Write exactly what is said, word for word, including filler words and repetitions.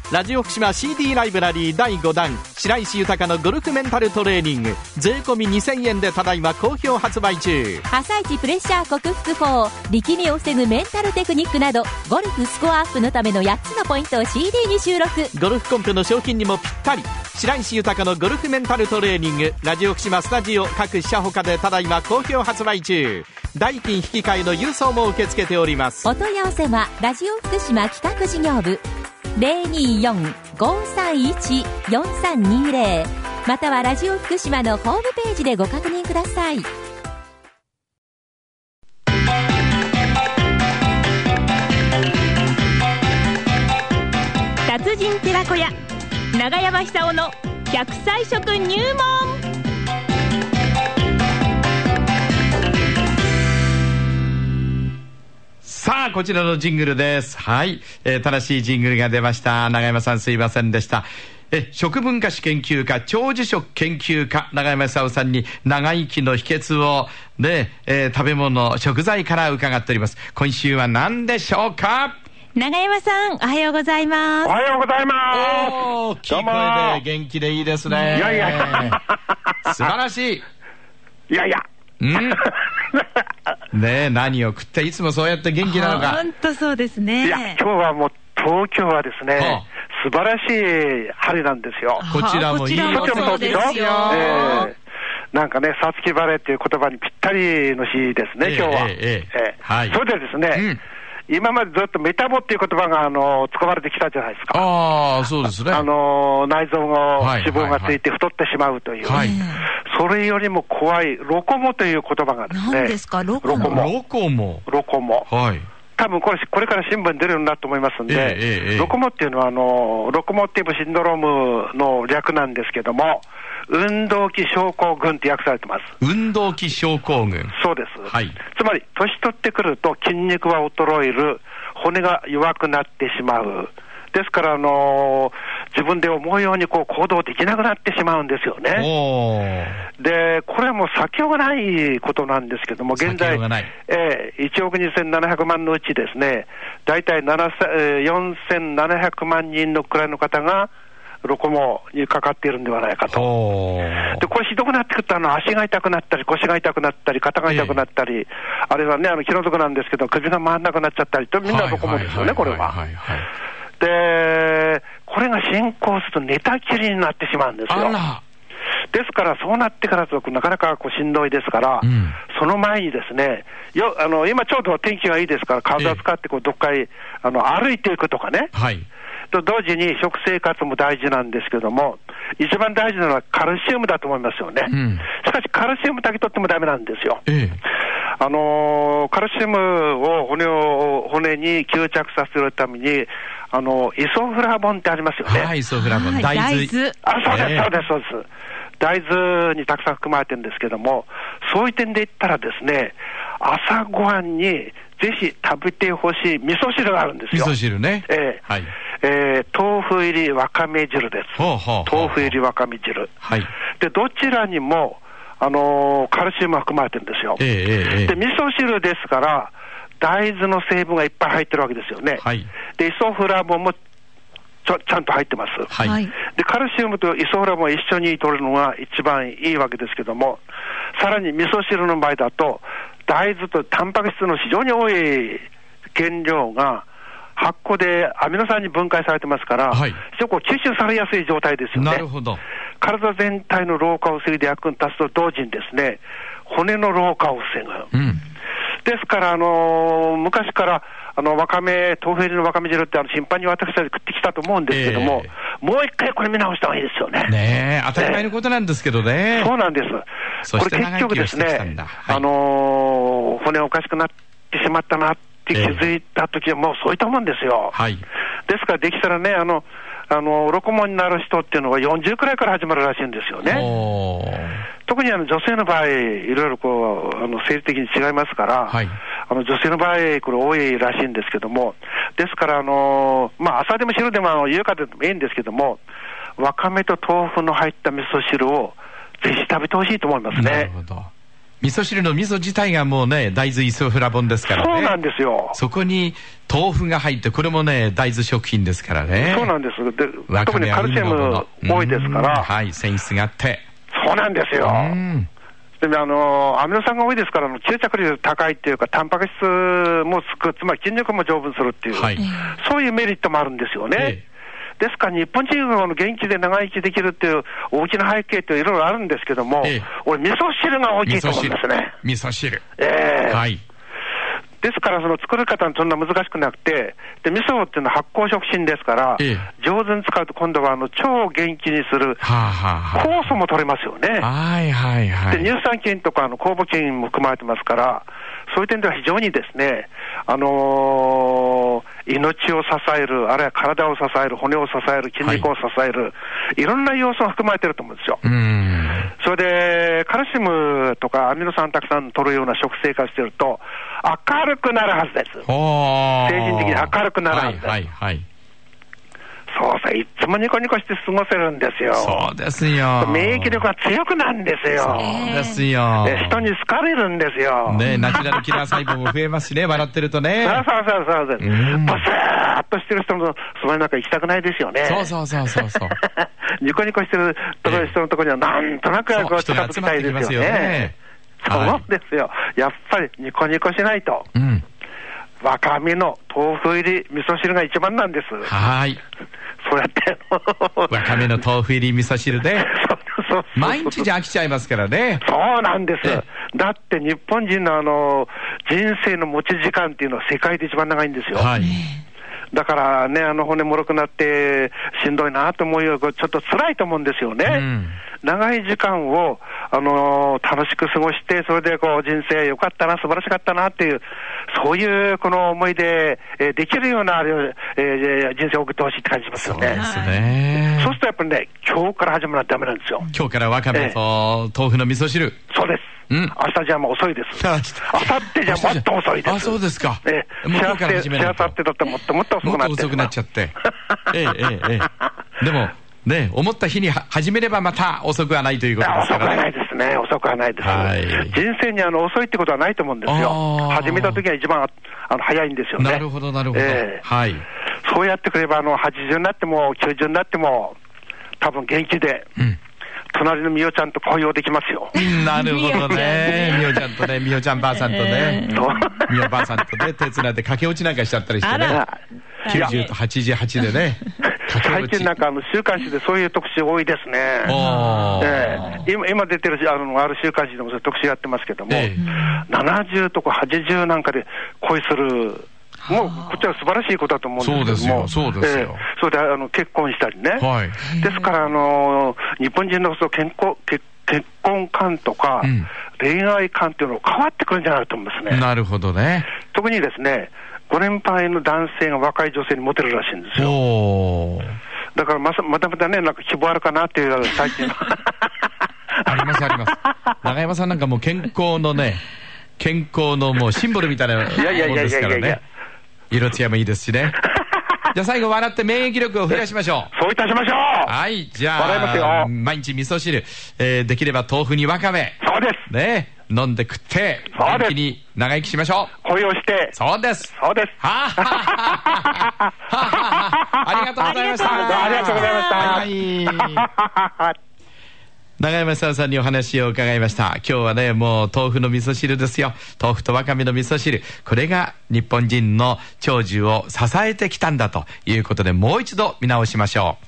ラジオ福島 シーディー ライブラリーだいごだん白石豊のゴルフメンタルトレーニング税込みにせんえんでただいま好評発売中。 朝一プレッシャー克服法、力みを防ぐメンタルテクニックなどゴルフスコアアップのためのやっつのポイントを シーディー に収録。 ゴルフコンペの賞金にもぴったり。白石豊のゴルフメンタルトレーニングラジオ福島スタジオ各社ほかでただいま好評発売中。代金引き換えの郵送も受け付けております。 お問い合わせはラジオ福島企画事業部 ゼロにーよん ごーさんいち よんさんにーゼロ またはラジオ福島のホームページでご確認ください。 達人寺子屋長山久夫の百歳食入門。 さあこちらのジングルです。はい、えー、正しいジングルが出ました。長山さんすいませんでした。え食文化史研究家長寿食研究家長山久夫さんに長生きの秘訣をね、えー、食べ物食材から伺っております。今週は何でしょうか。 長山さんおはようございます。 おはようございます。 おー大きい声で元気でいいですね。 いやいや素晴らしい。 いやいやんねえ何を食っていつもそうやって元気なのか。 本当そうですね。 いや今日はもう東京はですね、はあ、素晴らしい晴れなんですよ。 こちらもいいお天気ですよ。 えーなんかね、さつき晴れっていう言葉にぴったりの日ですね、今日は。 えーえーえーはい、 それでですね、うん今までずっとメタボっていう言葉が、あの、使われてきたじゃないですか。 ああ、そうですね。 あの、内臓の脂肪がついて太ってしまうという。 はい。 それよりも怖い、ロコモという言葉がですね。 何ですか、ロコモ。 ロコモ。 ロコモ。 はい。 多分これ、これから新聞に出るようになると思いますんで、 えーえー、 ロコモっていうのは、あの、ロコモティブシンドロームの略なんですけども、運動器症候群って訳されてます。 運動器症候群。 そうです。 はい。 つまり、年取ってくると筋肉は衰える、骨が弱くなってしまう。ですから、あのー、自分で思うようにこう行動できなくなってしまうんですよね。 おで、これはもう避けようがないことなんですけども、現在、えー、いちおくにせんななひゃくまんのうちですね、大体よんせんななひゃくまんにんのくらいの方が、ロコモにかかっているんではないかと。で、これひどくなってくると、あの、足が痛くなったり、腰が痛くなったり、肩が痛くなったり、えー、あれはね、あの、気の毒なんですけど、首が回らなくなっちゃったりと、みんなロコモですよね、これは。で、これが進行すると寝たきりになってしまうんですよ。ですから、そうなってからとなかなかこうしんどいですから、うん、その前にですね、よあの今ちょうど天気がいいですから、体を使ってこうどっかへあの歩いていくとかね。 はいと同時に食生活も大事なんですけども、一番大事なのはカルシウムだと思いますよね。うん、しかしカルシウムだけ取ってもダメなんですよ。ええ、あのー、カルシウムを骨を骨に吸着させるために、あのイソフラボンってありますよね。 はい、イソフラボン、はい、大豆。 あ、そうです、そうです、そうです。大豆にたくさん含まれてるんですけども、そういう点で言ったらですね、朝ごはんにぜひ食べてほしい味噌汁があるんですよ。 味噌汁ね。 えー、はい。えー、豆腐入りわかめ汁です。ほうほうほうほう、豆腐入りわかめ汁。はい。で、どちらにも、あのー、カルシウムが含まれてるんですよ。えーえー、で、味噌汁ですから、大豆の成分がいっぱい入ってるわけですよね。はい。で、イソフラボンもちょ、ちゃんと入ってます。はい。で、カルシウムとイソフラボンを一緒に摂るのが一番いいわけですけども、さらに味噌汁の場合だと、大豆とタンパク質の非常に多い原料が、発酵でアミノ酸に分解されてますから、はい、非常にこう吸収されやすい状態ですよね。 なるほど。 体全体の老化を防いで役に立つと同時にですね、骨の老化を防ぐ。うん、ですから、あのー、昔から、あの、わかめ、豆腐入りのわかめ汁ってあの頻繁に私たち食ってきたと思うんですけども、えー、もう一回これ見直した方がいいですよね。 ねえ、当たり前のことなんですけどね。 ね、そうなんです。これ結局ですね、はい、あのー、骨おかしくなってしまったなって気づいたときはもうそういったもんですよ。はい。ですからできたらね、あの、あの、ロコモになる人っていうのはよんじゅうくらいから始まるらしいんですよね。特にあの女性の場合、いろいろこう、あの、生理的に違いますから、はい、あの、女性の場合、これ多いらしいんですけども、ですから、あの、まあ、朝でも昼でも夕方でもいいんですけども、わかめと豆腐の入った味噌汁をぜひ食べてほしいと思いますね。 なるほど。 味噌汁の味噌自体がもうね、大豆イソフラボンですからね。 そうなんですよ。 そこに豆腐が入って、これもね、大豆食品ですからね。 そうなんです。で、特にカルシウム多いですから。 はい、繊維質があって。 そうなんですよ。でもあのアミノ酸が多いですから、吸着率高いっていうか、タンパク質もつく、つまり筋肉も丈夫にするっていう、はい、そういうメリットもあるんですよね。ええ、ですから、日本人が元気で長生きできるっていう大きな背景っていろいろあるんですけども、ええ、俺、味噌汁が大きいと思うんですね。 味噌汁。 ええ、 はい。 ですから、その作る方はそんな難しくなくて、で味噌っていうのは発酵食品ですから、ええ、上手に使うと今度はあの腸を元気にする酵素も取れますよね。 はいはいはい。 で乳酸菌とかあの酵母菌も含まれてますから、そういう点では非常にですね、あのー、命を支える、あるいは体を支える、骨を支える、筋肉を支える、はい、いろんな要素が含まれてると思うんですよ。うん、それでカルシウムとかアミノ酸たくさん取るような食生活してると明るくなるはずです。精神的に明るくなるはずです。はいはいはい。そうさ、いつもニコニコして過ごせるんですよ。 そうですよ。 免疫力が強くなるんですよ。 そうですよ。 人に好かれるんですよ。 ね、ナチュラルキラー細胞も増えますしね、笑ってるとね。 そうそうそうそうです。ボスーっとしてる人のその中行きたくないですよね。 そうそうそうそうそう。 ニコニコしてるところ人のところにはなんとなくこう近づきたいですよね。そうですよ。やっぱりニコニコしないと。うん。わかめの豆腐入り味噌汁が一番なんです。 はい。 そうやってわかめの豆腐入り味噌汁で毎日じゃ飽きちゃいますからね。 そうなんです。だって日本人のあの人生の持ち時間っていうのは世界で一番長いんですよ。はい。だからね、あの骨もろくなってしんどいなと思うよ、ちょっと辛いと思うんですよね。うん、長い時間を、あのー、楽しく過ごして、それでこう人生良かったな、素晴らしかったなっていう、そういうこの思いで、えー、できるような、えー、人生を送ってほしいって感じしますよね。 そうですね。 そうするとやっぱりね、今日から始まらないとダメなんですよ。 今日からわかめと豆腐の味噌汁。 そうです。うん、明日じゃもう遅いです。明後日じゃもっと遅いです。 あ、そうですか。 ええ、しあさってだったらもっともっと遅くなって。 もっと遅くなっちゃって。ええええええ。でもね、思った日に始めればまた遅くはないということですからね。 遅くはないですね。遅くはないです。はい、人生にあの遅いってことはないと思うんですよ。始めた時は一番あの早いんですよね。 なるほどなるほど。えー、はい。 そうやってくればあのはちじゅうになってもきゅうじゅうになっても多分元気で。うん、隣のみおちゃんと紅葉できますよ。 なるほどね。みおちゃんとね、みおちゃんばあさんとね、みおばあさんとね、手つないで駆け落ちなんかしちゃったりしてね。きゅうじゅうとはちじゅうはちでね。 最近なんかあの週刊誌でそういう特集多いですね。えー、今, 今出てるあのある週刊誌でもそういう特集やってますけども、えー、ななじゅうとかはちじゅうなんかで恋する。もうこっちは素晴らしいことだと思うんですけども、 そうですよ、そうですよ。 えー、それであの結婚したりね、はい、ですからあの日本人のその健康結結婚観とか、うん、恋愛観っていうのが変わってくるんじゃないかと思いますね。 なるほどね。 特にですね、ご年配の男性が若い女性にモテるらしいんですよ。おだからまさまたまたね、なんか希望あるかなっていう最近ありますあります。長山さんなんかもう健康のね、健康のもうシンボルみたいなものですからね。色艶もいいですしね。じゃあ最後笑って免疫力を増やしましょう。そういたしましょう。 はい、じゃあ毎日味噌汁、えー、できれば豆腐にわかめ。 そうですね、飲んで食って元気に長生きしましょう。 恋をして。 そうです。 そうです。 はははは。ありがとうございました。 ありがとうございました。はい。 長山久夫さんにお話を伺いました。今日はね、もう豆腐の味噌汁ですよ。豆腐とわかめの味噌汁。これが日本人の長寿を支えてきたんだということで、もう一度見直しましょう。